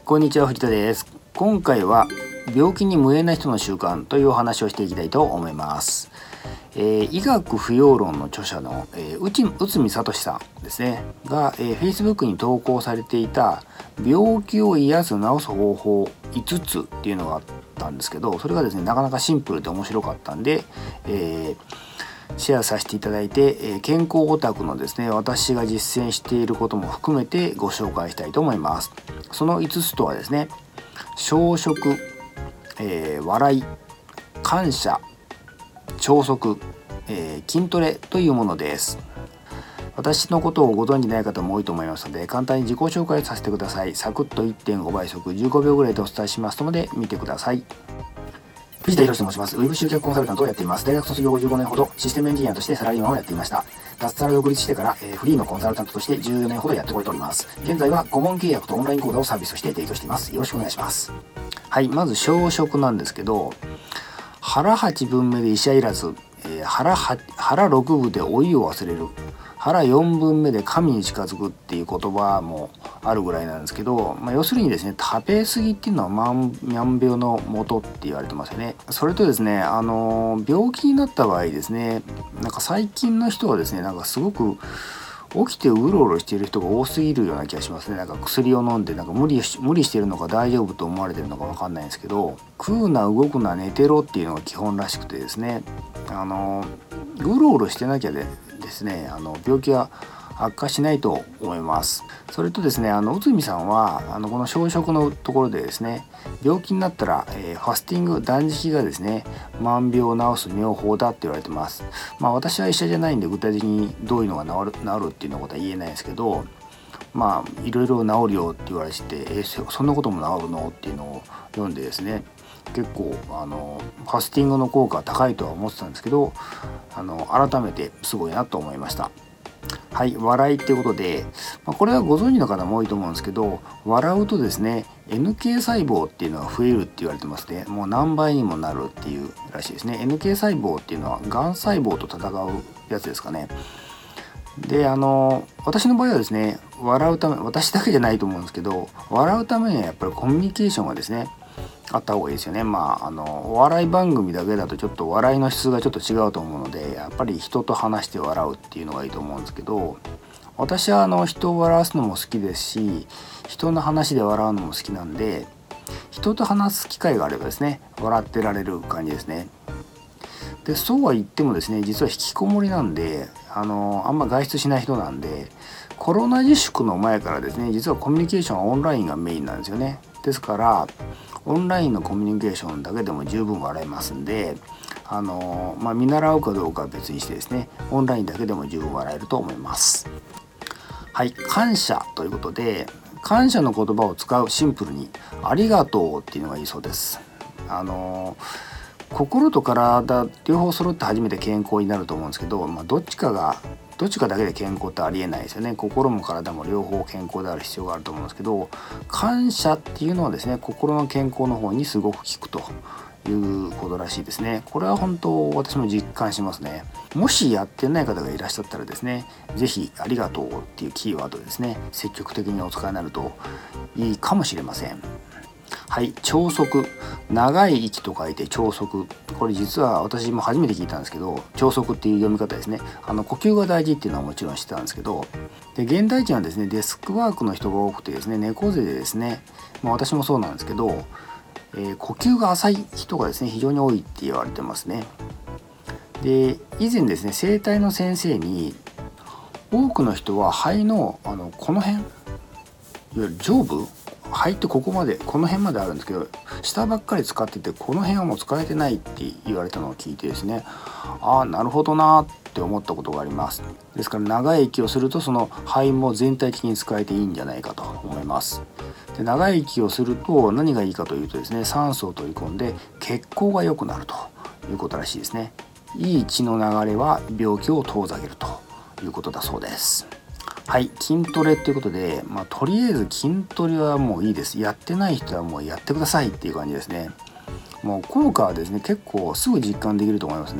こんにちは、藤田です。今回は病気に無縁な人の習慣というお話をしていきたいと思います。医学不要論の著者の、内海聡さんですねが、Facebook に投稿されていた病気を癒す治す方法5つっていうのがあったんですけど、それがですねなかなかシンプルで面白かったんで、シェアさせていただいて、健康オタクのですね私が実践していることも含めてご紹介したいと思います。その5つとはですね、小食、笑い、感謝、朝食、筋トレというものです。私のことをご存じない方も多いと思いますので、簡単に自己紹介させてください。サクッと 1.5 倍速15秒ぐらいでお伝えしますので見てください。藤田博と申します。ウェブ集客コンサルタントをやっています。大学卒業後15年ほどシステムエンジニアとしてサラリーマンをやっていました。脱サラ独立してから、フリーのコンサルタントとして14年ほどやってこれております。現在は顧問契約とオンライン講座をサービスとして提供しています。よろしくお願いします。はい、まず小食なんですけど、腹8分目で医者いらず、腹6分で老いを忘れる、腹4分目で神に近づくっていう言葉もあるぐらいなんですけど、要するにですね、食べ過ぎっていうのは万病の元って言われてますよね。それとですね、病気になった場合ですね、なんか最近の人はですね、なんかすごく起きてうろうろしている人が多すぎるような気がしますね。なんか薬を飲んでなんか無理しているのか大丈夫と思われているのか分かんないんですけど、食うな動くな寝てろっていうのが基本らしくてですね、うろうろしてなきゃですね、病気は悪化しないと思います。それとですね、内海さんはこの小食のところでですね、病気になったら、ファスティング断食がですね万病を治す妙法だって言われてます。私は医者じゃないんで具体的にどういうのが治るっていうのことは言えないですけど、いろいろ治るよって言われてて、そんなことも治るのっていうのを読んでですね、結構ファスティングの効果は高いとは思ってたんですけど、改めてすごいなと思いました。はい、笑いっていうことで、これはご存知の方も多いと思うんですけど、笑うとですね NK 細胞っていうのが増えるって言われてますね。もう何倍にもなるっていうらしいですね。 NK 細胞っていうのはがん細胞と戦うやつですかね。で私の場合はですね、笑うため、私だけじゃないと思うんですけど、笑うためにはやっぱりコミュニケーションがですねあった方がいいですよね。お笑い番組だけだとちょっと笑いの質がちょっと違うと思うので、やっぱり人と話して笑うっていうのがいいと思うんですけど、私は人を笑わすのも好きですし、人の話で笑うのも好きなんで、人と話す機会があればですね笑ってられる感じですね。でそうは言ってもですね、実は引きこもりなんで、あんま外出しない人なんで、コロナ自粛の前からですね、実はコミュニケーションはオンラインがメインなんですよね。ですからオンラインのコミュニケーションだけでも十分笑えますんで、見習うかどうかは別にしてですね、オンラインだけでも十分笑えると思います。はい、感謝ということで、感謝の言葉を使う、シンプルにありがとうっていうのがいいそうです。心と体両方揃って初めて健康になると思うんですけど、どっちかだけで健康ってありえないですよね。心も体も両方健康である必要があると思うんですけど、感謝っていうのはですね、心の健康の方にすごく効くということらしいですね。これは本当私も実感しますね。もしやってない方がいらっしゃったらですね、是非ありがとうっていうキーワードですね、積極的にお使いになるといいかもしれません。はい、朝食、長い息と書いて朝食。これ実は私も初めて聞いたんですけど、朝食っていう読み方ですね。呼吸が大事っていうのはもちろん知ってたんですけど、で現代人はですねデスクワークの人が多くてですね、猫背でですね、私もそうなんですけど、呼吸が浅い人がですね非常に多いって言われてますね。で以前ですね、整体の先生に、多くの人は肺のこの辺、いわゆる上部、肺ってこの辺まであるんですけど、下ばっかり使っててこの辺はもう使えてないって言われたのを聞いてですね、なるほどなって思ったことがあります。ですから長い息をするとその肺も全体的に使えていいんじゃないかと思います。で長い息をすると何がいいかというとですね、酸素を取り込んで血行が良くなるということらしいですね。いい血の流れは病気を遠ざけるということだそうです。はい、筋トレということで、とりあえず筋トレはもういいです。やってない人はもうやってくださいっていう感じですね。もう効果はですね結構すぐ実感できると思いますね。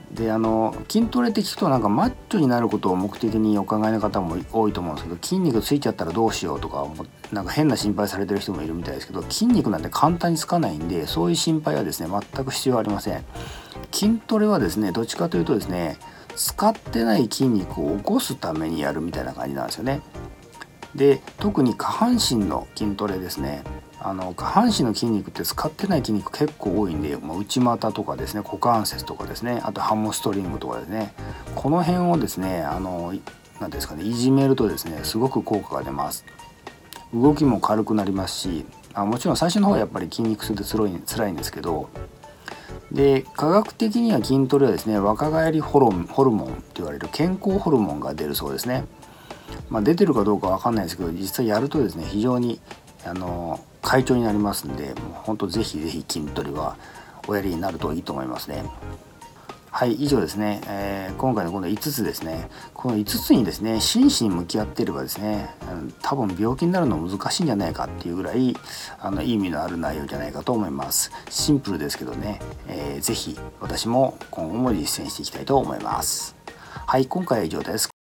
で筋トレって聞くとなんかマッチョになることを目的にお考えの方も多いと思うんですけど、筋肉ついちゃったらどうしようとかなんか変な心配されてる人もいるみたいですけど、筋肉なんて簡単につかないんで、そういう心配はですね全く必要ありません。筋トレはですねどっちかというとですね、使ってない筋肉を起こすためにやるみたいな感じなんですよね。で特に下半身の筋トレですね。下半身の筋肉って使ってない筋肉結構多いんで、内股とかですね、股関節とかですね、あとハムストリングとかですね、この辺をですね何ですかね、いじめるとですねすごく効果が出ます。動きも軽くなりますし、もちろん最初の方はやっぱり筋肉痛で辛いんですけど、で科学的には筋トレはですね若返りホルモンと言われる健康ホルモンが出るそうですね。出てるかどうかわかんないですけど、実際やるとですね非常に快調になりますんで、もう本当ぜひぜひ筋トレはおやりになるといいと思いますね。はい、以上ですね、今回のこの5つですね、この5つにですね真摯に向き合っていればですね、多分病気になるの難しいんじゃないかっていうぐらい意味のある内容じゃないかと思います。シンプルですけどね、ぜひ私も今後も実践していきたいと思います。はい、今回は以上です。